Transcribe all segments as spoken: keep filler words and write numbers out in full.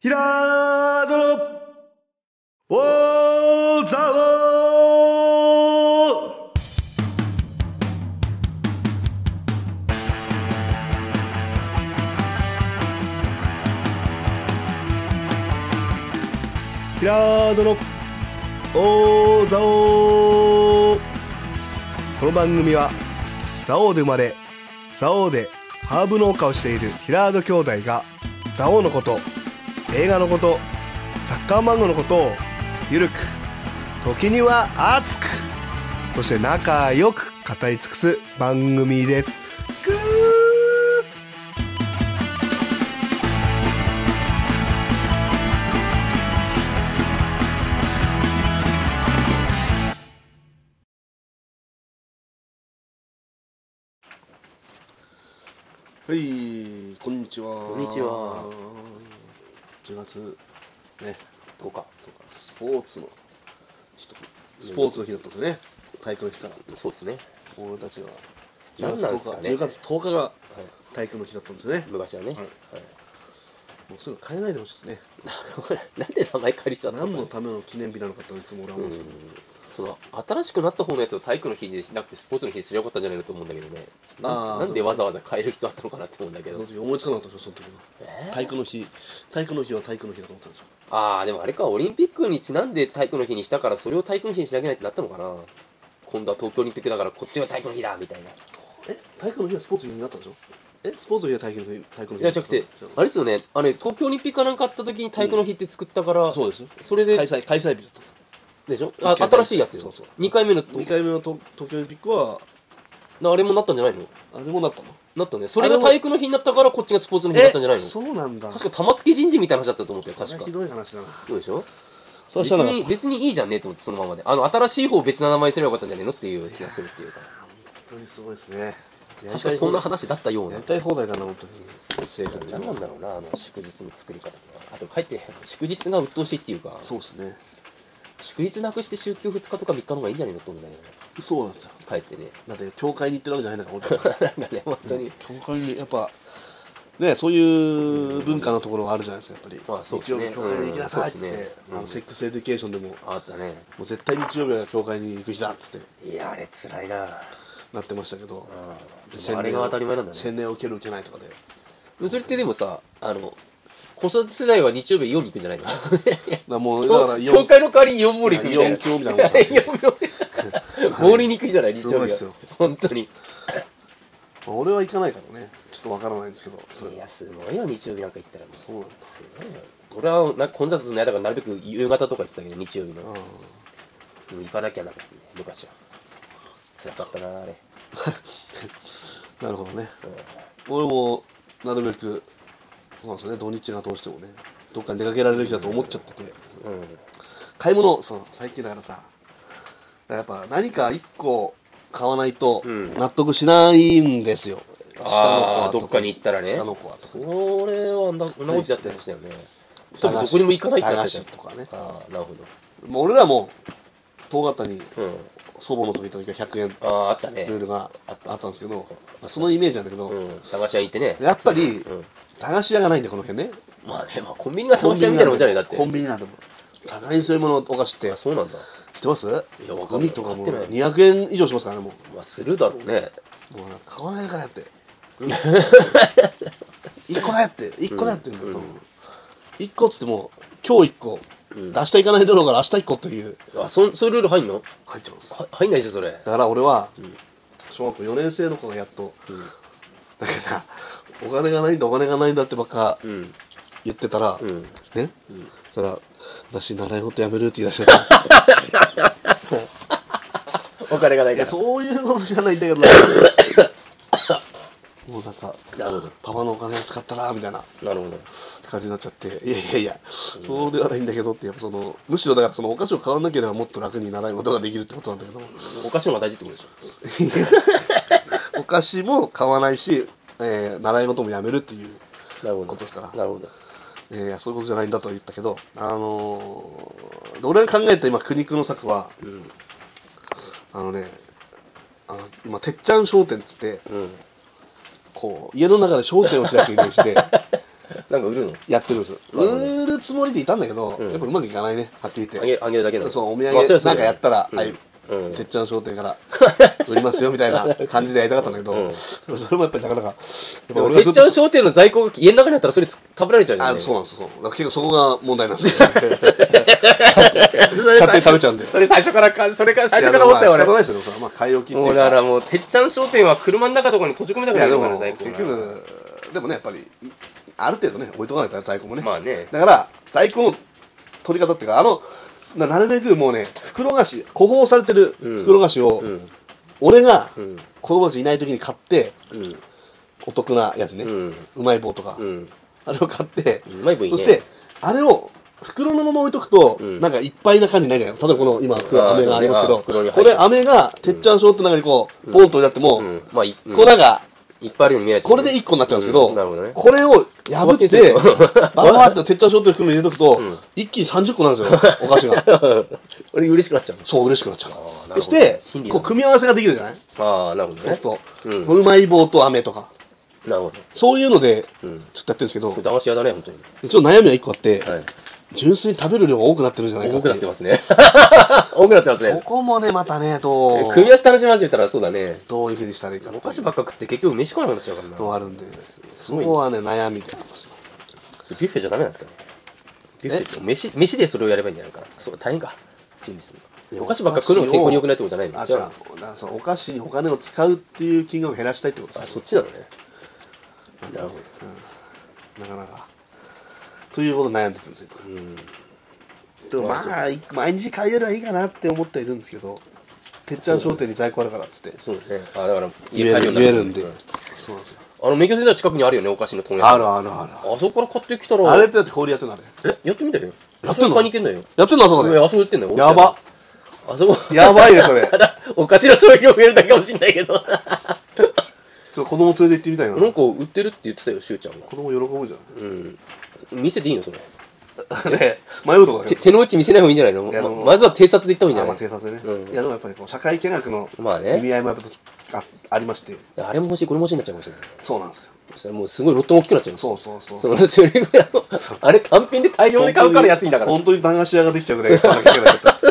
平戸の大沢平戸の大沢。この番組は蔵王で生まれ蔵王でハーブ農家をしている平戸兄弟が蔵王のこと、映画のこと、サッカー漫画のことをゆるく、時には熱く、そして仲良く語り尽くす番組です。ぐーはい、こんにちは。 こんにちは。 じゅうがつね、とおかとかスポーツの日、スポーツの日だったんですよね。体育の日から。 そうですね。 俺たちは何なんですかね。 じゅうがつとおかが体育の日だったんですよね。 昔はね。はいはい、 もうそういうの変えないでほしいですね。 なんで名前借りちゃったの？ 何のための記念日なのかといつも俺は思うんですよ。 その新しくなった方のやつを体育の日にしなくてスポーツの日にすればよかったんじゃないかと思うんだけどね。な, なんでわざわざ変える必要あったのかなって思うんだけど。 その時思いつかなかったでしょ、その時は。えー、体育の日、体育の日は体育の日だと思ったんですよ。 ああ、でもあれか、オリンピックにちなんで体育の日にしたから、それを体育の日にしなきゃいけないってなったのかな。今度は東京オリンピックだからこっちは体育の日だみたいな。 え、体育の日はスポーツの日になったんでしょ。え、スポーツの日は体育の日、体育の日。 いや、じゃなくて、あれですよね、あれ東京オリンピックかなんかあった時に体育の日って作ったから、うん、 そうです。 それで開催開催日だった。 でしょ。あ、新しいやつよ。 そうそう。 にかいめのにかいめの東京オリンピックはあれもなったんじゃないの？ あれもなったの？ なったね。それが体育の日になったからこっちがスポーツの日になったんじゃないの？ そうなんだ。 確か玉突き人事みたいな話だったと思ったよ。確か。 ひどい話だな。 そうでしょ。 そうしたら別に別にいいじゃんねと思って、そのままで。あの新しい方を別な名前にすればよかったんじゃねえのっていう気がするっていうか。 本当にすごいですね。 確かそんな話だったような。 やりたい放題だな本当に。 政府って何なんだろうな、あの祝日の作り方。あとかえって祝日が鬱陶しいっていうか。 そうですね。 祝日なくして週休ふつかとかみっかの方がいいんじゃないのと思うんだけどね。 そうなんですよ。 帰ってね。 だって教会に行ってるわけじゃないんだから俺たち。 なんかね、本当に。 教会にやっぱね、そういう文化のところがあるじゃないですか、やっぱり。 まあそうですね。 日曜日教会に行きなさいっつって、 うんね、 あのセックスエデュケーションでもあったね。 もう絶対日曜日は教会に行く日だっつって。 いやあれ辛いな。 なってましたけど。 あ, あれが当たり前なんだね。 洗礼を受ける受けないとかで。 それってでもさ、あの。子育て世代は日曜日イオンに行くんじゃないの？ だもうだから教会の代わりにイオンモール行くみたいな。 イオン教みたいなことイオンモールに行くじゃない日曜日は。 すごいですよ。 本当に。 俺は行かないからね。ちょっとわからないんですけど。 いやすごいよ日曜日なんか行ったら。 そうなんだ。 すごいよ。俺はなんか混雑するの嫌だからなるべく夕方とか行ってたけど日曜日の。行かなきゃなかったね昔は。辛かったなあれ。 なるほどね。うん、俺もなるべく。そうですね、土日が通してもねどっかに出かけられる日だと思っちゃってて、うん、買い物そう最近だからさやっぱ何かいっこ買わないと納得しないんですよ、 うん、下の子はどっかに行ったらね下の子はそれはなそんなことやってましたよね。多分どこにも行かないってなっちゃったとかね。 ああなるほど。 もう俺らも遠かったに、うん、祖母の時行った時はひゃくえんあああったねルールがあったんですけど、そのイメージなんだけど、 うん、駄菓子屋行ってねやっぱり、うん駄菓子屋がないんだこの辺ね。 まあね、まあコンビニが駄菓子屋みたいなもんじゃないだって。 コンビニなんだもん。高いんそういうものお菓子って。 あ、そうなんだ。 知ってます？いや、わかんない。 グミとかもにひゃくえん以上しますからねもう。 まあするだろうね。 もう買わないからやって。いっこだよっていっこだよって言うんだけど、いっこっつっても今日いっこ、うん、明日行かないだろうから明日いっこという。 あ、そそういうルール入んの？ 入っちゃうんです。 入んないですよそれ。 だから俺は、うん、小学校よねん生の子がやっと。うんだけどさ、お金がないんだお金がないんだってばっか言ってたら、うん、ね、うん、そしたら私習い事やめるって言い出してた。 お金がないから。 そういうことじゃないんだけど、もうなんかパパのお金を使ったらみたいな感じになっちゃって、いやいやいや、うん、そうではないんだけどってやっぱそのむしろだからそのお菓子を買わなければもっと楽に習い事ができるってことなんだけど、 お菓子の方が大事ってことでしょ。お菓子も買わないし、えー、習い事もやめるっていうことですから。 なるほど。 えー、そういうことじゃないんだとは言ったけど、あのー、俺が考えた今苦肉の策は、うん、あのねあの今てっちゃん商店っつって、うん、こう家の中で商店を開くイメージでなんか売るのやってるんですよ。売るつもりでいたんだけど、 うん、 やっぱうまくいかないね、はっきり言って。 あげ、あげるだけなの。 そう、お土産なんかやったら、 うん、 あい、 うん、 てっちゃん商店から売りますよみたいな感じでやりたかったんだけど、うん、それもやっぱりなかなか、 てっちゃん商店の在庫が家の中にあったらそれ食べられちゃうじゃん、ね。 あ、そうなんですよ。結構そこが問題なんですよ。勝手に食べちゃうんで。 それ最初からか、それから最初から思ったよ、俺。 仕方ないですよ、まあ、買い置きっていうか。 だからもう、てっちゃん商店は車の中とかに閉じ込めたくなるから在庫。 結局、でもね、やっぱり、ある程度ね、置いとかないと在庫もね。 まあね。 だから、在庫の取り方っていうか、あの、な, なるべくもうね、袋菓子、個包されてる袋菓子を、うん、俺が子供たちいない時に買って、うん、お得なやつね、うん、うまい棒とか、うん、あれを買って、 うまい棒いいね、 そしてあれを袋のまま置いとくと、うん、なんかいっぱいな感じないじゃない。例えばこの今飴がありますけど、これ飴がてっちゃんショーって中にこう、うん、ポンと置いてあっても、うん、まあ、粉がいっぱいあるように見えない、 ね、これでいっこになっちゃうんですけど、うん、 なるほどね、 これを破ってバババっててっちゃんショーって袋に入れとくと、うん、一気にさんじゅっこなんですよ、お菓子が。 俺嬉しくなっちゃう。 そう、嬉しくなっちゃう。そして、こう組み合わせができるじゃない。 ああ、なるほどね。 と、うん、うまい棒と飴とか。 なるほど。 そういうので、ちょっとやってるんですけど。 騙し屋だね、本当に。 一応悩みはいっこあって、はい、純粋に食べる量が多くなってるんじゃないかって。 多くなってますね。多くなってますね。 そこもね、またね、と。 組み合わせ楽しませたらそうだね。 どういうふうにしたらいいか。 お菓子ばっか食って結局飯食わなくなっちゃうからな。 とあるんで、そこはね、悩みでありますよ。 ビュッフェじゃダメなんですかね。ビュッフェって飯、飯でそれをやればいいんじゃないかな。そう、大変か。準備するの。お菓子ばっか食うのも健康に良くないってことじゃないんですよ。 あ、違う。そのお菓子にお金を使うっていう金額を減らしたいってことですか。あ、そっちなのね。なるほど。 うん。なかなか。ということ悩んでるんですよ。うん。でもまあ、毎日買えればいいかなって思っているんですけど、てっちゃん商店に在庫あるからっつって。 そうですね。あ、だから言える、言えるんで。そうなんですよ。 あの、免許センター近くにあるよね、お菓子の問屋さん。あるあるある。 あそこから買ってきたら。 あれってだって氷やってんのあれ。 え、やってみたよ。 やってんの買いに行けんだよ。 やってんのあそこで。 あそこ売ってんだよ。 やば。 あそこ。 やばいね、それ。 ただ、お菓子の消費量増えるだけかもしんないけど。 ちょっと子供連れて行ってみたいな。 なんか売ってるって言ってたよ、しゅうちゃんが。 子供喜ぶじゃん。 うん。見せていいのそれ。 ね、迷うとこだけど。 手の内見せない方がいいんじゃないの？ま, まずは偵察で行った方がいいんじゃない？ まあ偵察でね。うん、いやでもやっぱりこう社会見学の意味合いもやっぱあありまして。 あれも欲しい、これも欲しいになっちゃうかもしれない。 そうなんですよ。 そしたらもうすごいロットも大きくなっちゃうんですよ。 そうそうそう。それぐらいの、あれ単品で大量で買うから安いんだから。 本当に駄菓子屋ができちゃうぐらい安いなきゃいけなかったし。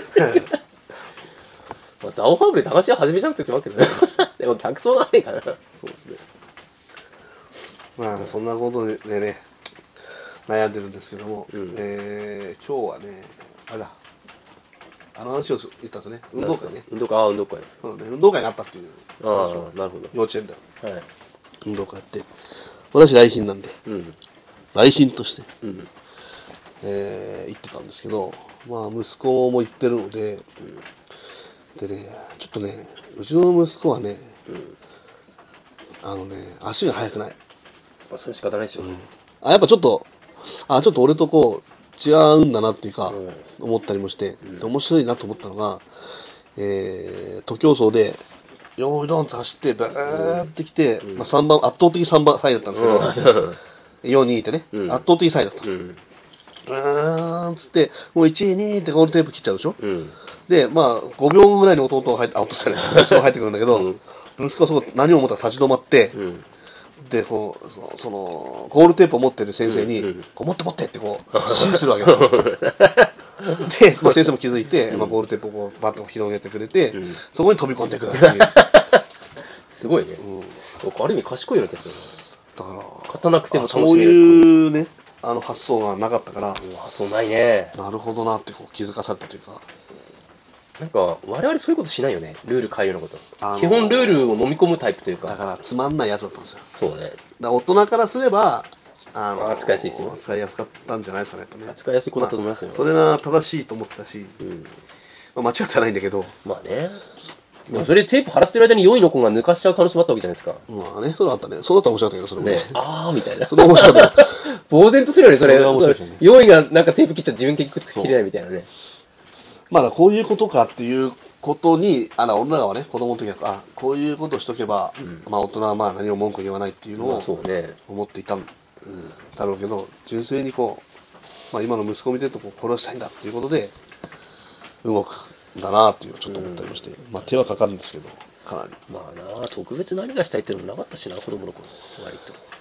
まあ、ザオファーブで駄菓子屋始めちゃうって言ってますけどね。でも客層がないからな。 そうですね。まあそんなことでね。悩んでるんですけども、うん、えー、今日はね、あれだ、あの話を言ったんですよね、運動会ね。 運動会、あ、運動会。 そうね、運動会があったっていう話を、なるほど。 幼稚園で、はい、運動会やって、私来賓なんで、うん、来賓として、うん、えー、行ってたんですけど、まあ息子も行ってるので、うん、でね、ちょっとね、うちの息子はね、うん、あのね、足が速くない。 あ、それ仕方ないでしょ。うん、 あ、やっぱちょっと、あ、ちょっと俺とこう違うんだなっていうか、うん、思ったりもして、うん、で面白いなと思ったのが、えー、徒競走でよーいどんと走ってバーってきて、うん、まあ、さんばん圧倒的さんばんさいだったんですけど、うん、よんにってね、うん、圧倒的さいだった、うん、うーんっつってもういちいにいってゴールテープ切っちゃうでしょ、うん、でまあごびょうぐらいに弟が入ってあ弟じゃない息子が入ってくるんだけど、うん、息子はそこ何を思ったら立ち止まって、うん、でこうそのそのゴールテープを持ってる先生に、うんうん、こう持って持ってってこう指示するわけよで、まあ、先生も気づいて、うん、まあ、ゴールテープをこうバッと広げてくれて、うん、そこに飛び込んでいくっていうすごいね、うん、ある意味賢いような気がするだから勝たなくても楽しめるそういうねあの発想がなかったから、 うん、発想ないねなるほどなってこう気づかされたというかなんか我々そういうことしないよねルール変えるようなこと、あのー、基本ルールを飲み込むタイプというかだからつまんないやつだったんですよそうねだから大人からすればあのー、 扱いやすいですよ扱いやすかったんじゃないですかねやっぱね扱いやすい子だったと思いますよ、 まあ、それが正しいと思ってたし、うんまあ、間違ってはないんだけどまあねでもそれでテープ貼らせてる間によんいの子が抜かしちゃう可能性もあったわけじゃないですかまあねそれあったねそれだったら面白かったけどそれもねあーみたいなそれ面白かった呆然とするよねそれそれよんいがなんかテープ切っちゃ自分結局切れないみたいなねまあこういうことかっていうことにあの俺らはね子供の時はあこういうことをしとけば、うん、まあ大人はまあ何も文句言わないっていうのを思っていたんだろうけど、純粋にこう、まあ、今の息子を見てるとこう殺したいんだっていうことで動くんだなっていうちょっと思ったりまして、うん、まあ手はかかるんですけどかなりまあな特別何がしたいっていうのもなかったしな子供の頃割と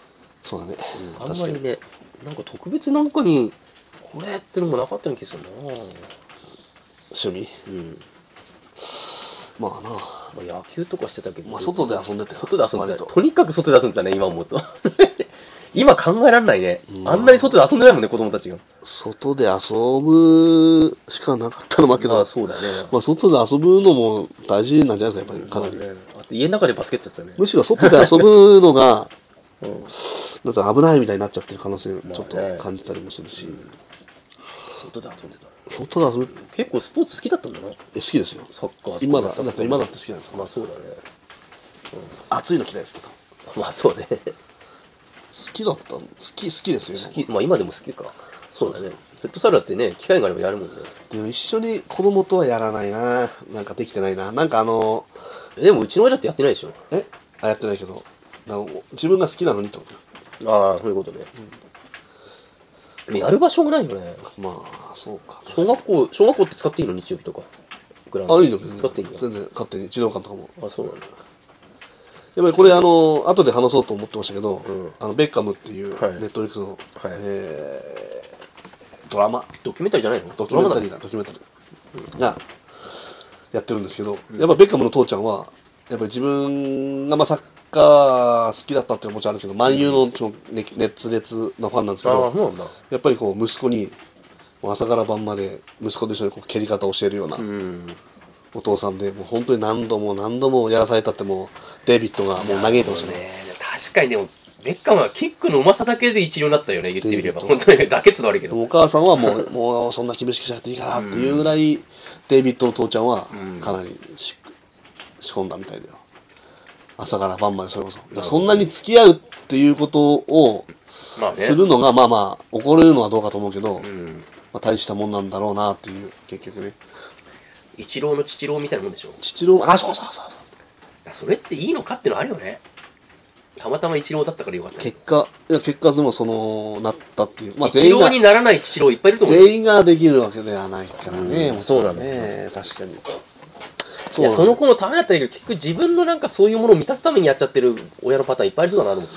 そうだね、 うん、あんまりねなんか特別なんかにこれってのもなかったような気がするな。 趣味、 うん、 まあな、 まあ、野球とかしてたけど、 まあ、外で遊んでたよ。 外で遊んでた割ととにかく外で遊んでたね今思うと今考えられないね、 うん、 あんなに外で遊んでないもんね子供たちが。 外で遊ぶしかなかったのもあるけど、 まあそうだね、 まあ、外で遊ぶのも大事なんじゃないですかやっぱりかなり、 ね、あと家の中でバスケットやってたね。 むしろ外で遊ぶのがうん、 なんか危ないみたいになっちゃってる可能性ちょっと感じたりもするし、 まあね、外で遊んでた。 外で遊ぶ結構スポーツ好きだったんだな。 え好きですよ。 サッカー今だだって今だって好きなんですか。 まあそうだね、 暑いの嫌いですけどうん、まあそうね好きだった好き好きですよ好き、まあ今でも好きか。そうだね、フットサルだってね機会があればやるもんね。 でも一緒に子供とはやらないな、なんかできてないな、なんかあのでもうちの親だってやってないでしょ。 えあやってないけどなんか自分が好きなのにってことよ。 ああそういうことね、うん、やる場所がないよね。 まあそうか。 小学校小学校って使っていいの日曜日とかグラウンド。 あいいの使っていいの。 全然勝手に児童館とかもあそうなんだ。 やっぱりこれあの後で話そうと思ってましたけど、 うん、 あのベッカムっていうネはいットフリックスの、 はいえー、ドラマドキュメンタリーじゃないの。 ドキュメンタリーだドキュメンタリーがやってるんですけど、うん、やっぱベッカムの父ちゃんはやっぱり自分がまあサッカー好きだったっていうのももちろんあるけど、マンユーの熱烈なファンなんですけど、 あそうなんだ。 やっぱりこう息子に朝から晩まで息子と一緒にこう蹴り方を教えるようなお父さんで、もう本当に何度も何度もやらされたって、もうデイビッドがもう嘆いてましたね。 ね確かに。でもベッカムはキックのうまさだけで一流になったよね、言ってみれば。本当にだけっつうの悪いけど、 お母さんはもうもうそんな厳しくしなくていいかなっていうぐらい、デイビッドの父ちゃんはかなりし仕込んだみたいだよ。朝から晩までそれこそ。そんなに付き合うっていうことをするのがまあまあ怒れるのはどうかと思うけど、 うんまあ、大したもんなんだろうなっていう、結局ね。 一郎の父郎みたいなもんでしょ。 父郎、あ、そうそうそうそう。 それっていいのかってのあるよね。たまたま一郎だったからよかった。 結果、いや結果でもそのなったっていう、 まあ全員が一郎にならない父郎いっぱいいると思う。 全員ができるわけではないからね。 うん、そうなんだね。確かに。 いやその子のためだったらいいけど、結局自分のなんかそういうものを満たすためにやっちゃってる親のパターンいっぱいいるだなと思って。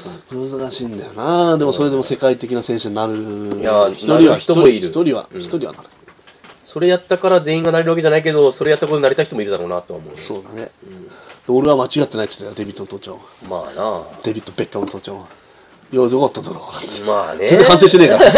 難しいんだよな。でもそれでも世界的な選手になる。 いや一人は人もいる。 一人は一人はなる。 それやったから全員がなれるわけじゃないけど、それやったことになりたい人もいるだろうなとは思う。 そうだね。うん、俺は間違ってないって言ってたよ、デビッドの父ちゃんは。 まあなあ。 デビッド・ベッカムの父ちゃんは。いや、よかっただろう。 まあね。 全然反省してねえから。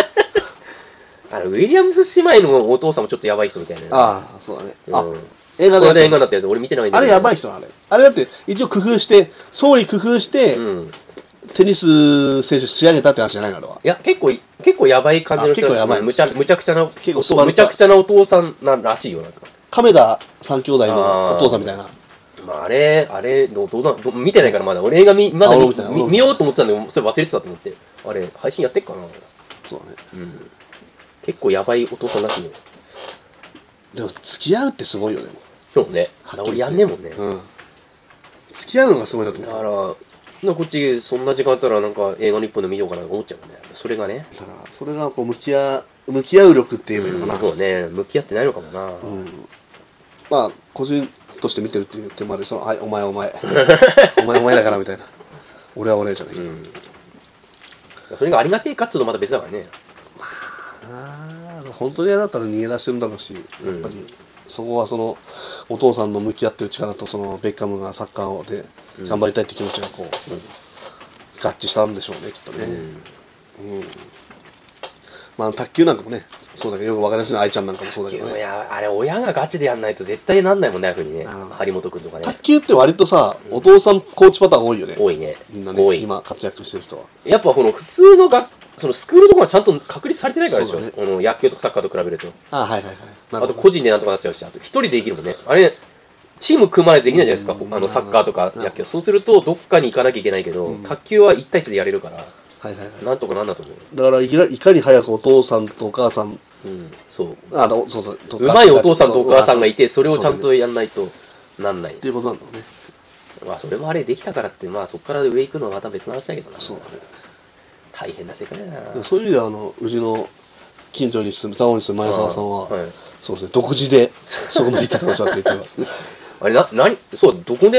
あのウィリアムス姉妹のお父さんもちょっとやばい人みたいな、ね。 ああ、そうだね。あ、 うん、 映画で。 これ映画になったやつ、俺見てないんだけど。 あれやばい人なのあれ。あれだって、一応工夫して、創意工夫して、うん、テニス選手仕上げたって話じゃないのあれは。 いや、結構、結構やばい感じの人。 結構やばい。 むちゃ、むちゃくちゃな、 結構むちゃくちゃなお父さんならしいよ、なんか。 亀田三兄弟のお父さんみたいな。 まあ、あれ、あれ、どうどうだど見てないからまだ。俺映画見、まだ 見, 見, 見ようと思ってたんだけど、それ忘れてたと思って。あれ、配信やってっかな。 そうだね。 うん。結構やばいお父さんらしいよ。 でも、付き合うってすごいよね。 そうね。俺やんねえもんね。 うん。付き合うのがすごいなと思った。 だから、こっち、そんな時間あったら、なんか映画の一本で見ようかなと思っちゃうもんね。それがね。 だから、それがこう、向き合う、向き合う力っていうのかな。 そうね。向き合ってないのかもな。うん。 まあ、個人として見てるっていう手もある。その、はい、お前お前。お前お前だからみたいな。俺は俺じゃないけど。うん。 それがありがてえかっていうとまた別だからね。 ああ、本当に嫌だったら逃げ出してるんだろうし、やっぱり、そこはそのお父さんの向き合ってる力とそのベッカムがサッカーで頑張りたいって気持ちがこう、うん、合致したんでしょうねきっとね、うんうん、まあ卓球なんかもねそうだけどよく分かりやすいの愛ちゃんなんかもそうだけどね。 いやあれ親がガチでやんないと絶対なんないもんねああいうふうにね張本君とかね。 卓球って割とさ、うん、お父さんコーチパターン多いよね。 多いねみんなね多い今活躍してる人はやっぱこの普通の学そのスクールとかはちゃんと確立されてないからでしょ、ね、この野球とかサッカーと比べると。 あはいはいはい。 あと個人でなんとかなっちゃうし、あと一人でできるもんね。あれチーム組まないとできないじゃないですか、あのサッカーとか野球。そうするとどっかに行かなきゃいけないけど、卓球はいち対いちでやれるから、はいはいはい、なんとかなんだと思う。 だからいきなりいかに早くお父さんとお母さん、 うん、そうあそうそううまいお父さんとお母さんがいて、それをちゃんとやんないとなんない、 っていうことなんだろうね。 まあそれもあれできたからって、まあそこから上行くのはまた別の話だけどな。 そうだね。 大変な世界だな。 そういう意味ではあのうちの近所に住む蔵王に住む前澤さんは、はい、そうですね独自でそこまで行ったっておっしゃっていてますあれな何そうどこで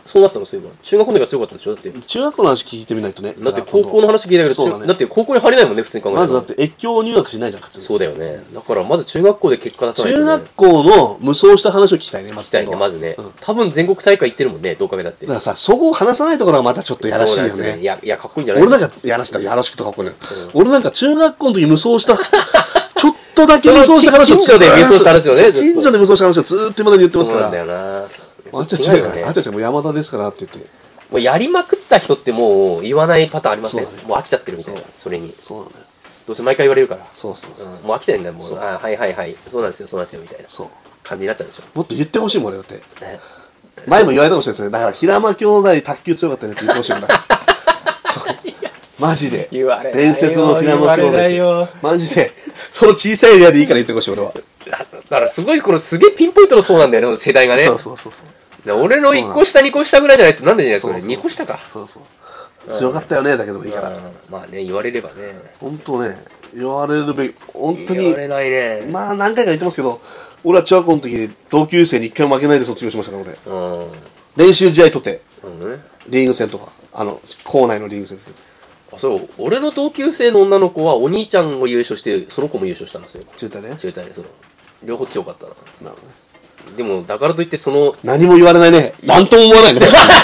そうなったの？そういえば中学校の時が強かったんでしょ？だって中学校の話聞いてみないとね。 だって高校の話聞いたけど、そうだね、だって高校に入れないもんね、普通に考えたら。 まずだって越境入学しないじゃん、普通に。 そうだよね。だからまず中学校で結果出さないと、ね、 中学校の無双した話を聞きたいね、 まず。聞きたいね、まずね、 うん。 多分全国大会行ってるもんね、どうかけだって。 だからさ、そこを話さないところがまたちょっとやらしいよね。 ねいや、いや、かっこいいんじゃない？ 俺なんか、やらしくやらしくとかっこいいね、うん。俺なんか中学校の時無双した、ちょっとだけ無双した話を近所で無双した話をね。 近所で無双した話をずーっと今まで言ってますから。 そうなんだよな。 あっちは違うから、あっちはもう山田ですからって言って。 もうやりまくった人ってもう言わないパターンありますね。もう飽きちゃってるみたいな、それに。そうなんだよ。どうせ毎回言われるから。そうそうそう。もう飽きてるんだよ、もう。あ、はいはいはい。そうなんですよ、そうなんですよ、みたいな。そう。感じになっちゃうんでしょ。 もっと言ってほしいもん、俺だって。前も言われたかもしれないですね。だから平間兄弟卓球強かったねって言ってほしいんだ。マジで。言われないよ。伝説の平間兄弟。マジで。その小さいエリアでいいから言ってほしい、俺は。 だからすごい、このすげえピンポイントのそうなんだよね、世代がね。そうそうそうそう。俺のいっこ下にこ下ぐらいじゃないとなんでじゃないですか、にこ下か。そうそう。強かったよね、だけどもいいから。まあね、言われればね。本当ね、言われるべき、本当に。言われないね。まあ何回か言ってますけど、俺は中学校の時、同級生に一回も負けないで卒業しましたから、俺。練習試合とって、リーグ戦とか、あの、校内のリーグ戦ですけど。あ、そう、俺の同級生の女の子はお兄ちゃんを優勝して、その子も優勝したんですよ。中退ね。中退ね、そう。両方強かったな。なるほどね。でも、だからといって、その。何も言われないね。なんとも思わないね。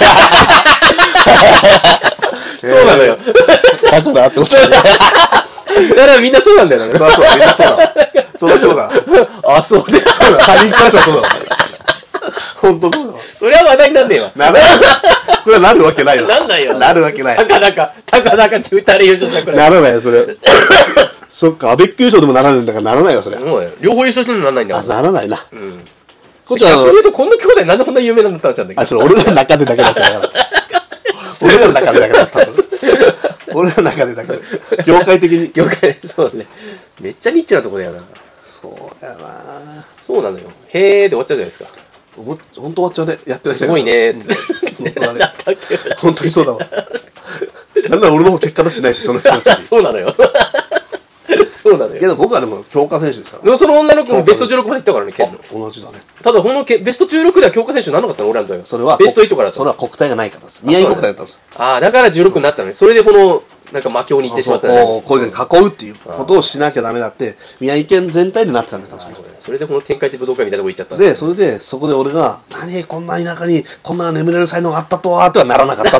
そうなのよ。だからって落ちた。だからみんなそうなんだよね。そうそう、みんなそうだ。そうだそうだ。あ、そうだ。そうだ。他人からしたらそうだ。ほんとそうだ。それは話題になんねえわ。ならない。これはなるわけないよ。なんないよ。なるわけない。たかだか、たかだか中退で優勝したくらい。ならないよ、それ。そっか、アベック優勝でもならないんだからならないよ、それ。両方優勝してもならないんだから。あ、ならないな。うん。こっちは、逆に言うと、こんな兄弟なんでこんな有名なんだったんですか？あ、それ俺らの中でだけだったから。俺らの中でだけだったんです。俺らの中でだけ。業界的に。業界、そうね。めっちゃニッチなとこだよな。そうやな。そうなのよ。へーで終わっちゃうじゃないですか。ほんと終わっちゃうね。やってないじゃないですか。すごいね。ほんとだね。本当にそうだわ。なんなら俺の方結果出してないし、その人たちに。そうなのよ。そうなのよ。いやでも僕はでも強化選手ですから。でもその女の子もベストじゅうろくまで行ったからね、県の。同じだね。ただこのベストじゅうろくでは強化選手にならなかったの、俺らの時は。それはベストはちからだった。それは国体がないからです。宮城国体だったんです。ああ、だからじゅうろくになったのね。それでこの、なんか魔境に行ってしまったね。こういうふうに囲うっていうことをしなきゃダメだって、宮城県全体でなってたんだよ、確かに。それでこの天下一武道会みたいなとこ行っちゃった。で、それで、そこで俺が、何こんな田舎にこんな眠れる才能があったとは、とはならなかったって。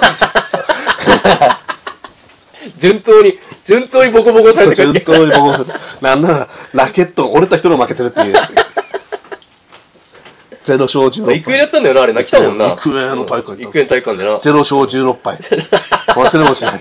順当に、順当にボコボコされてる。順当にボコボコされて。なんなら、ラケットが折れた人の負けてるっていう。ゼロ勝じゅうろっぱい。育英やったんだよな、あれな。来たもんな。育英の大会。育英の大会でな。ゼロ勝じゅうろっぱい。忘れもしない。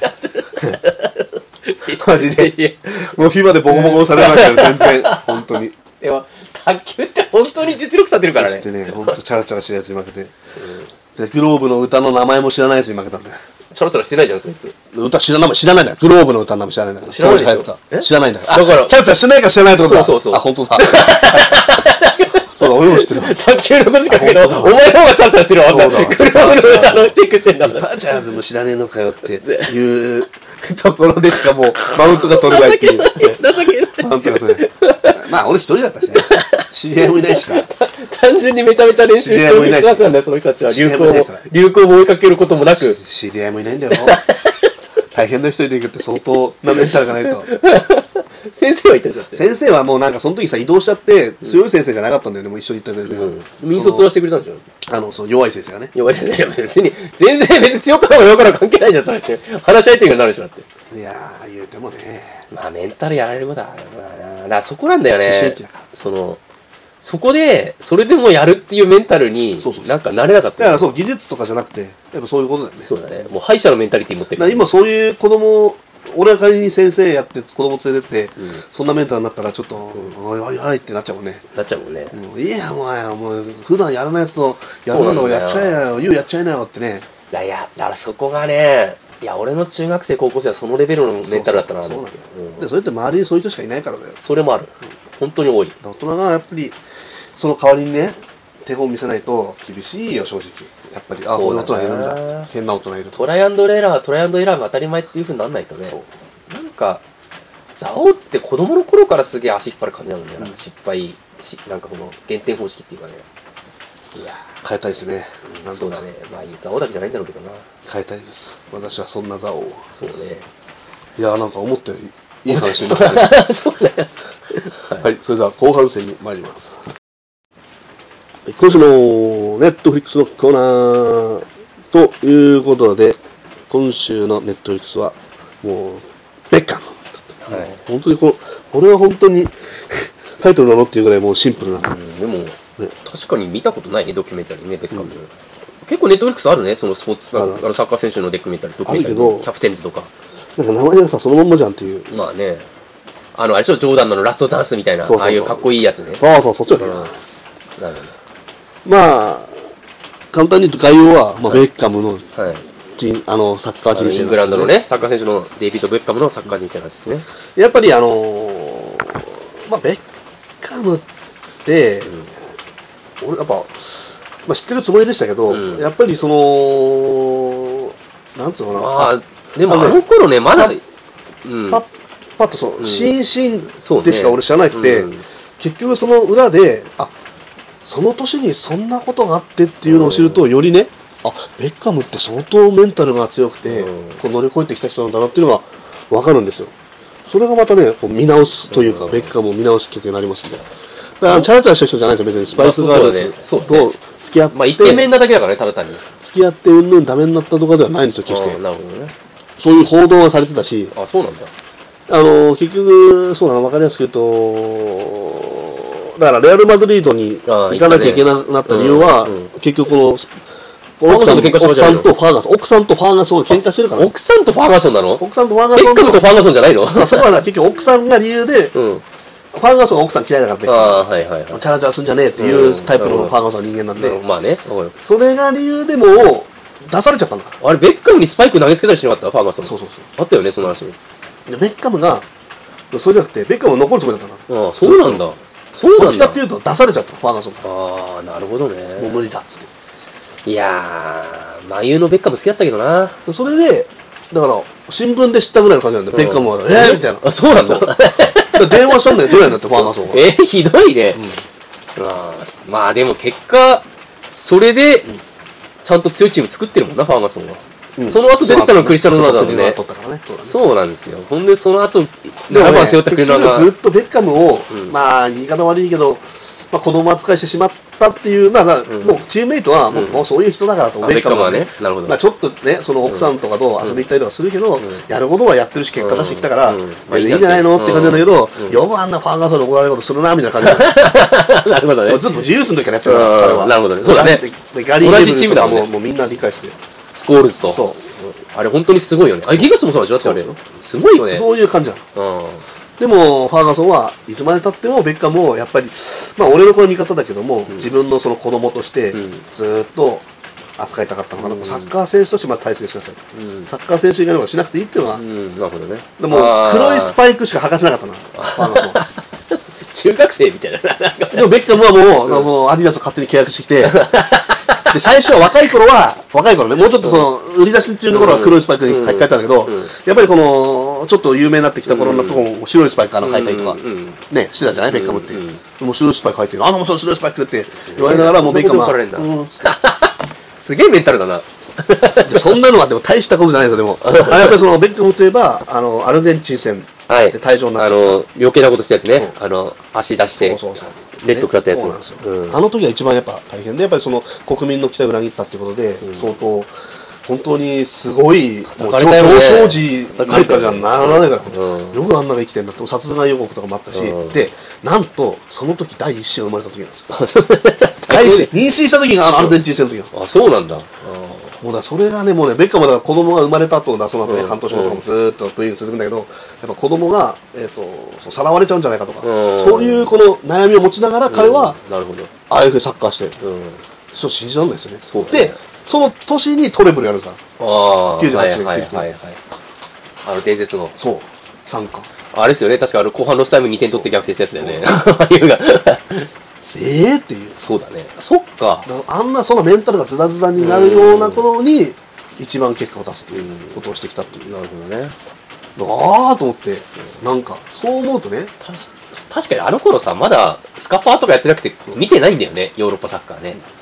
マジで。もうフィバでボコボコされましたよ、全然。本当に。でも、卓球って本当に実力差出るからね。そしてね、本当チャラチャラしてるやつに負けて。で、グローブの歌の名前も知らないやつに負けたんだよ。チャラチャラしてないじゃん、そいつ。歌知らない、知らないんだよ。グローブの歌の名前知らないんだから。知らないでしょ。知らないんだから。だから、チャラチャラしてないから知らないってことだ。そうそうそう。あ、本当だ。そうだ、俺も知ってる。卓球のことしかけど、お前の方がチャラチャラしてるわ。グローブの歌のチェックしてんだから。ジャズも知らねえのかよっていうところでしかもう、マウントが取れないっていう。情けない。マウントが取れない。まあ、俺一人だったしね。知り合いもいないしな。単純にめちゃめちゃ練習してる人たちなんだよ、その人たちは。流行を、流行を追いかけることもなく。知り合いもいないんだよ。大変な人で行くって相当なメンタルがないと。先生は言ってるじゃん。先生はもうなんかその時さ、移動しちゃって、強い先生じゃなかったんだよね、もう一緒に行った先生が。民卒はしてくれたんでしょ？あの、そう、弱い先生がね。弱い先生。別に、全然別に強かろうが弱かろうが関係ないじゃん、それって。話し相手になるでしょ、だって。いやー、言うてもね。まあ、メンタルやられることはあるな。だからそこなんだよね。思春期だから。その、そこで、それでもやるっていうメンタルに、なんかなれなかった。だからそう、技術とかじゃなくて、やっぱそういうことだよね。そうだね。もう敗者のメンタリティ持ってる。だから今そういう子供、俺が仮に先生やって子供連れてって、うん、そんなメンタルになったらちょっと、うん、おいおいおいってなっちゃうもんね。なっちゃうもんね。もういいや、もう、もう普段やらないやつとやるんだからやっちゃえよ、言うやっちゃいなよってね。いやいや、だからそこがね、いや、俺の中学生、高校生はそのレベルのメンタルだったな。そうそうそうなんだよ、うん。で、それって周りにそういう人しかいないからだよ。それもある。うん、本当に多い。大人がやっぱり、その代わりにね、手本見せないと厳しいよ、正直。やっぱり、あ、こういう大人いるんだ。変な大人いると。トライアンドエラー、トライアンドエラーが当たり前っていう風にならないとね。そう。なんか、ザオって子供の頃からすげえ足引っ張る感じなんだよな。うん、失敗し、なんかこの減点方式っていうかね。 いや変えたいですね。 なんとかそうだね。まあザオだけじゃないんだろうけどな。 変えたいです。私はそんなザオを。 そうね。 いやなんか思ったよりいい話になったね。そうだよ。はい、はい、それでは後半戦に参ります。今週のネットフリックスのコーナーということで、今週のネットフリックスはもうベッカム。はい、本当にこのこれは本当にタイトルなのっていうぐらいもうシンプルな。うん、 でも、ね、確かに見たことないねドキュメンタリーねベッカム。うん、結構ネットフリックスあるねそのスポーツあのサッカー選手のドキュメンタリードキュメンタリーキャプテンズとか。 なんか名前がさそのまんまじゃんっていう。 まあね。あのあれでしょジョーダンのラストダンスみたいなそうそうそうああいうかっこいいやつね。 そうそうそっちだけど。なるほど。まあ簡単に言うと概要は、まあ、ベッカムの、はい、あのサッカー人生、ね、 イングランドのねサッカー選手のデイビッド・ベッカムのサッカー人生なんですね。 やっぱりあのー、まあベッカムって、うん、俺やっぱ、まあ、知ってるつもりでしたけど、うん、やっぱりそのなんつうのかな、まあ、でもあの頃ねまだパッ、うん、パッパッとその、うん、シーンシーンでしか俺知らなくて、うん、結局その裏であその年にそんなことがあってっていうのを知ると、よりねあベッカムって相当メンタルが強くて、うん、こう乗り越えてきた人なんだなっていうのが分かるんですよ。それがまたねこう見直すというか、うん、ベッカムを見直すきっかけになりますんで、だからチャラチャラした人じゃないですよ別にスパイスガールズと付き合って、 まあイケメンなだけだからねただ単に付き合ってうんぬんダメになったとかではないんですよ決して。 なるほどね。 そういう報道がされてたし、 あそうなんだ。 あの結局そうだな分かりやすく言うとだからレアル・マドリードに行かなきゃいけなくなった理由は、ねうんうん、結局この奥さんと奥さんとファーガソン奥さんとファーガソンが喧嘩してるから、 奥さんとファーガソンなの？ 奥さんとファーガソンベッカムとファーガソンじゃないの？ そこは結局奥さんが理由で、うん、ファーガソンは奥さん嫌いだからベッカム、 あ、はいはいはい、 チャラチャラすんじゃねえっていうタイプのファーガソンは人間なんで、 うん、まあね、 それが理由でも出されちゃったんだから。 あれベッカムにスパイク投げつけたりしなかったファーガソン？ そうそうそう、 あったよねその話。 でベッカムがそれじゃなくてベッカムは残るつもりだったんだ。 ああそうなんだ。そうなんだ。 どっちかっていうと出されちゃったファーガソンから。 ああなるほどね。 もう無理だっつって。 いやーマユのベッカム好きだったけどな。 それでだから新聞で知ったぐらいの感じなんで、うん、ベッカムはえーみたいな。 あそうなんだ。 電話したんだよ出ないんだってファーガソンが。 えー、ひどいね。うん、あまあでも結果それでちゃんと強いチーム作ってるもんなファーガソンは。うん、その後出てきたのがクリスチャン・ロナウドなんでね。そうなんですよ。ほんでその後ななばん背負ったクリロナがずっとベッカムを、うん、まあ言い方悪いけど、まあ、子供扱いしてしまったっていう、まあ、うん、もうチームメイトはもう、うん、もうそういう人だからと、 ベッカムはね、なるほど。 まあちょっとねその奥さんとかと遊び行ったりとかするけど、うん、やることはやってるし結果出してきたから、うんうん、まあいいんじゃないのって感じなんだけど、うん、よくあんなファーガソンに怒られることするなみたいな感じ。 なるほどね。 ずっとジュースの時からやってるから彼は。 なるほどね。そうだね。 ガリー・ネブルとかももうみんな理解してる。 スコールズと。そう。あれ本当にすごいよね。あれギガスもそうでしょだってあれ。すごいよね。 そういう感じなの。でもファーガソンはいつまでたってもベッカムもやっぱりまあ俺のこの見方だけども、うん、自分のその子供としてずっと扱いたかったのかな、うん、サッカー選手としてまず大切にしなさいと、うん、サッカー選手以外のことしなくていいっていうのが、うん、なるほどね。でも黒いスパイクしか履かせなかったなファーガソンは。 中学生みたいな。 でもベッカムはもう、うん、そのアディダスを勝手に契約してきてで最初は若い頃は若い頃ねもうちょっとその売り出し中の頃は黒いスパイクに書き換えたんだけど、うんうん、やっぱりこのちょっと有名になってきた頃のとこも白いスパイクから書いたりとか、うん、ねしてたじゃないベッカムって、うん、もう白いスパイク書いてるあのもうその白いスパイクって言われながらもうベッカムは、うん、 すげえメンタルだな。 そんなのはでも大したことじゃないですよ。でもあやっぱりそのベッカムといえばあのアルゼンチン戦で退場になっちゃった、はい、あの余計なことしたやつね。あの足出してそうそうそうレッド食らったやつ。そうなんですよ、うん、あの時は一番やっぱ大変でやっぱりその国民の期待を裏切ったっていうことで、うん、相当本当にすごいもう上昇時なんかじゃならないから、うん、よくあんなが生きてんだって殺害予告とかもあったし、うん、でなんとその時第一子が生まれた時なんですよ。第一子妊娠した時があのアルゼンチン戦の時が。 あそうなんだ。 もうだそれがねもうねベッカムだから子供が生まれた後だその後ね、うん、半年後とかもずっとブイーン続くんだけどやっぱ子供がえっ、ー、とそうさらわれちゃうんじゃないかとか、うん、そういうこの悩みを持ちながら彼は、うん、なるほどああいうふうにサッカーして、うん、ちょっと信じられないですよね。そうだね。でその年にトレブルやるんですからあきゅうじゅうはちねんはいはいはいはいあの伝説のそうさんかあれですよね確かあの後半ロスタイムにてん取って逆転したやつだよね。 えーっていう。 そうだね。そっか。 あんなそのメンタルがズダズダになるような頃に一番結果を出すということをしてきたっていう。 なるほどね。 ああと思ってなんかそう思うとね。 確かにあの頃さまだスカパーとかやってなくて見てないんだよねヨーロッパサッカーね。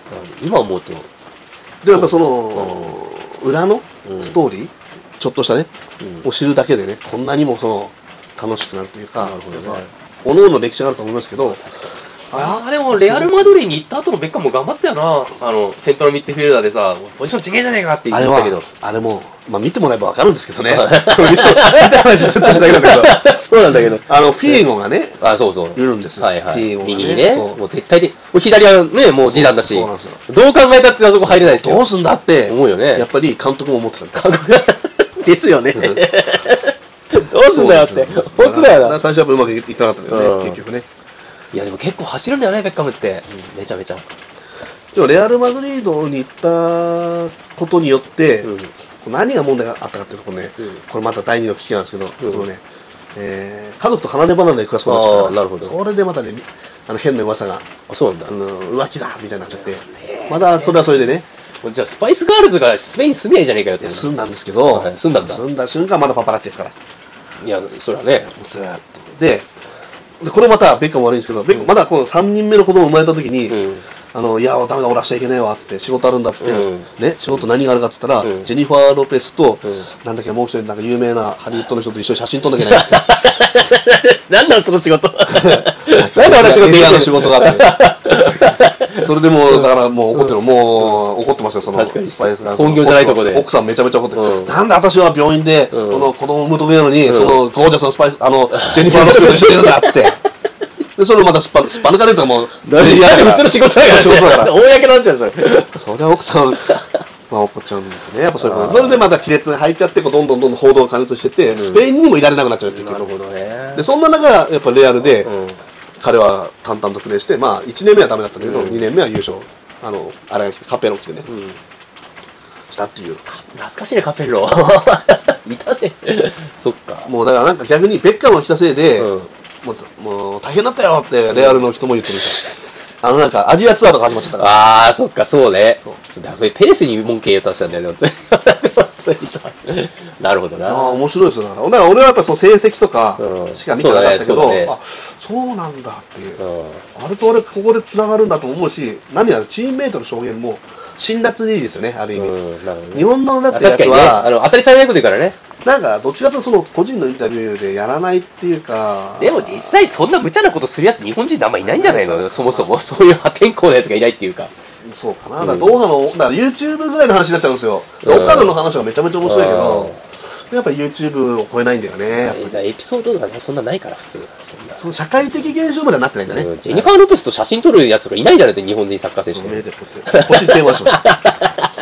今思うとでやっぱその、うん、裏のストーリー、うん、ちょっとしたね、うん、を知るだけでねこんなにもその楽しくなるというか、なるほどね、おのおの歴史があると思いますけど、確かにああでもレアルマドリーに行った後のベッカムも頑張ってたよな。あのセントラルミッドフィルダーでさポジション違えじゃねえかって言ってたけど、 あれもまあ見てもらえば分かるんですけどね見た話ずっとしただけだけどそうなんだけど、 あのフィーゴがね、 あそうそういるんですよ、 はいはい、 フィーゴがね右にね、もう絶対でもう左はねもう示談だし、そうなんですよ、どう考えたってあそこ入れないですよ。 どうすんだって思うよね。 やっぱり監督も思ってた監督ですよねどうすんだよって本当だよな。 最初はうまくいってなかったけどね、結局ね。 いやでも結構走るんだよねベッカムって、うん、めちゃめちゃ。 でもレアル・マドリードに行ったことによって、うん、何が問題があったかっていうところね、うん、これまた第二の危機なんですけど、うん、このね、えー、家族と離れ離れで暮らすことになっちゃったから、なるほど、それでまたねあの変な噂が、 あそうなんだ、 あの浮気だみたいになっちゃって、まだそれはそれでね。 じゃあスパイスガールズがスペインに住めないじゃねえかよって。 住んだんですけど、 はい、住んだんだ。 住んだ瞬間まだパパラッチですから。 いやそれはねずーっとで。でこれまたベッカム悪いんですけど、ベッカムまだこのさんにんめの子供生まれた時に、うん、あのいやダメだ俺はしちゃいけねえわっつって仕事あるんだっつって、うん、ね仕事何があるかっつったら、うん、ジェニファー・ロペスと、うん、なんだっけもう一人なんか有名なハリウッドの人と一緒に写真撮んなきゃいけないっつって何なんその仕事なんであの仕事言うの仕事があってそれでもうだからもう怒ってる、うん、もう怒ってますよそのスパイスが本業じゃないとこで奥さんめちゃめちゃ怒ってる、うん、なんで私は病院で、うん、この子供産むとこなのに、うん、そのゴージャスのスパイスあのジェニファーの仕事してるんだっつってでそれをまたスパスパ抜かれるとかもう普通の仕事だから、ね、仕事だから公の話だよそれそれは奥さんまあ怒っちゃうんですねやっぱそういうこと。それでまた亀裂が入っちゃってこうどんどんどんどん報道が過熱してて、うん、スペインにもいられなくなっちゃうっていう。 なるほどね。でそんな中やっぱレアルで、うん、彼は淡々とプレーしてまあいちねんめはダメだったんだけど、うん、にねんめは優勝あのあれカペロ来てね、うん、したっていう。 懐かしいねカペロいたねそっか。 もうだからなんか逆にベッカムが来たせいで、うん、もうもう大変だったよってレアルの人も言ってるんですよ、うん、あのなんかアジアツアーとか始まっちゃったから。 ああそっかそうね。そうだそれペレスに文句言ったんですよね本当にさなるほどな。 ああ面白いですよ。だから俺はやっぱその成績とかしか見てなかったけど、うんねね、あそうなんだっていう、うん、あれと俺ここでつながるんだと思うし、何やらチームメイトの証言も辛辣でいいですよねある意味、うんなるほどね、日本のだってやつは、ね、 あの当たり障りないこと言うからね。 なんかどっちかというとその個人のインタビューでやらないっていうか。 でも実際そんな無茶なことするやつ日本人であんまいないんじゃないのそもそもそういう破天荒なやつがいないっていうか。 そうかな。だから動画のだから YouTube ぐらいの話になっちゃうんですよ。オカルの話はめちゃめちゃ面白いけど、やっぱ YouTube を超えないんだよね。やっぱりエピソードがねそんなないから普通。そんなその社会的現象まではなってないんだね。 うん、ジェニファー・ロペスと写真撮るやつとかいないじゃないって日本人サッカー選手で。目でこうやって星電話しました。ま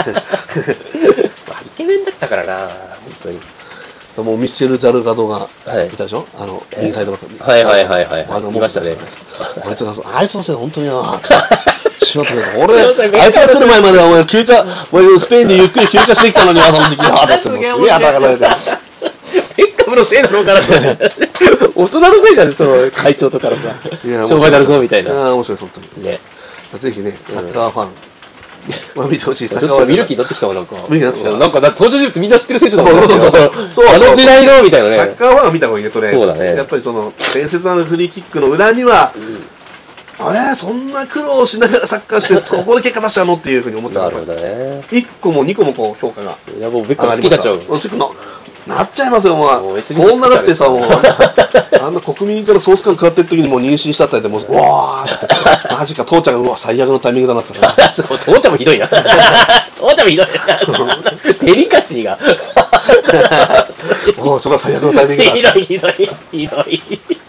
あイケメンだったからな本当に。 もうミッシェル・ザルガドがいたでしょ、はい、あのインサイドバック。 はいはいはいはい。いましたね。 あいつがあいつのせいで本当になーってしまってくれた。俺あいつが来る前まではお前休暇お前スペインでゆっくり休暇してきたのにその時期はだってもうすげえ頭がられて。 ベッカムのせいなのかな大人のせいじゃんその会長とかのさ商売なるぞみたいな。 ああ面白い本当にね。ぜひねサッカーファン。まあ見てほしい。 ちょっと見る気になってきたわなんか。 見る気になってきた。 なんか登場人物みんな知ってる選手だもん。 そうそうそうそう。 あの時代のみたいなね。 サッカーファンは見た方がいいねとね。 そうだね。 やっぱりその伝説のフリーキックの裏には、あれそんな苦労しながらサッカーしてここで結果出しちゃうのっていうふうに思っちゃう。 なるほどね。 一個も二個もこう評価が。 いやもうベッカム好きになっちゃう。 なっちゃいますよ、もう。こんなだってさ、もう、あんな国民からソース感食らってる時にもう妊娠したったりで、もう、うわーって、マジか、父ちゃんが、うわ、最悪のタイミングだなってさ。 父ちゃんもひどいな。父ちゃんもひどいな。デリカシーが。 もう、それは最悪のタイミングだ。 ひどい、ひどい、ひどい。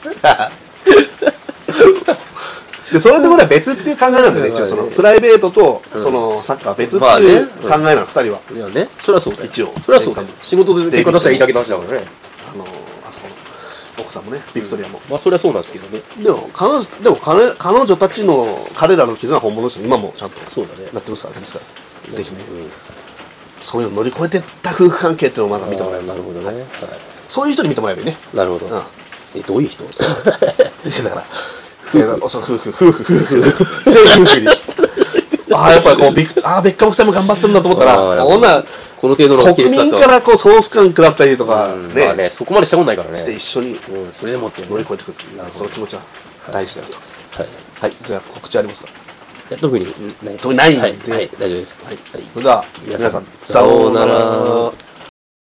で、それとこれは別っていう考えなんだよね、一応、その、プライベートと、その、サッカー別っていう考えなの、二人は。 いやね、それはそうだよ。 一応。 それはそうだよ。仕事で結果出したらいいだけの話だからね。 あの、あそこの、奥さんもね、ビクトリアも。 まあ、それはそうなんですけどね。 でも、彼女、でも彼、彼女たちの、彼らの絆は本物ですよ。今もちゃんと。 そうだね。 なってますから、ですから。ぜひね、そういうの乗り越えてった夫婦関係っていうのをまだ見てもらえる。 なるほどね。 そういう人に見てもらえばいいね。 なるほど。え、どういう人？ だから、夫婦、夫婦、夫婦、夫婦、全員夫婦に。ああ、やっぱりこう、ビク、ああ、ベッカム夫妻も頑張ってるんだと思ったら、こんな、 この程度の国民からこう、ソース感食らったりとか、ね。 まあね、そこまでしたことないからね。 して一緒に、 それでもって乗り越えていくっていう、その気持ちは大事だよと。はい。はい、じゃあ告知ありますか？ や特にないです。 特にないんで、 はい、はい、大丈夫です。 はい、それでは皆さんさようなら。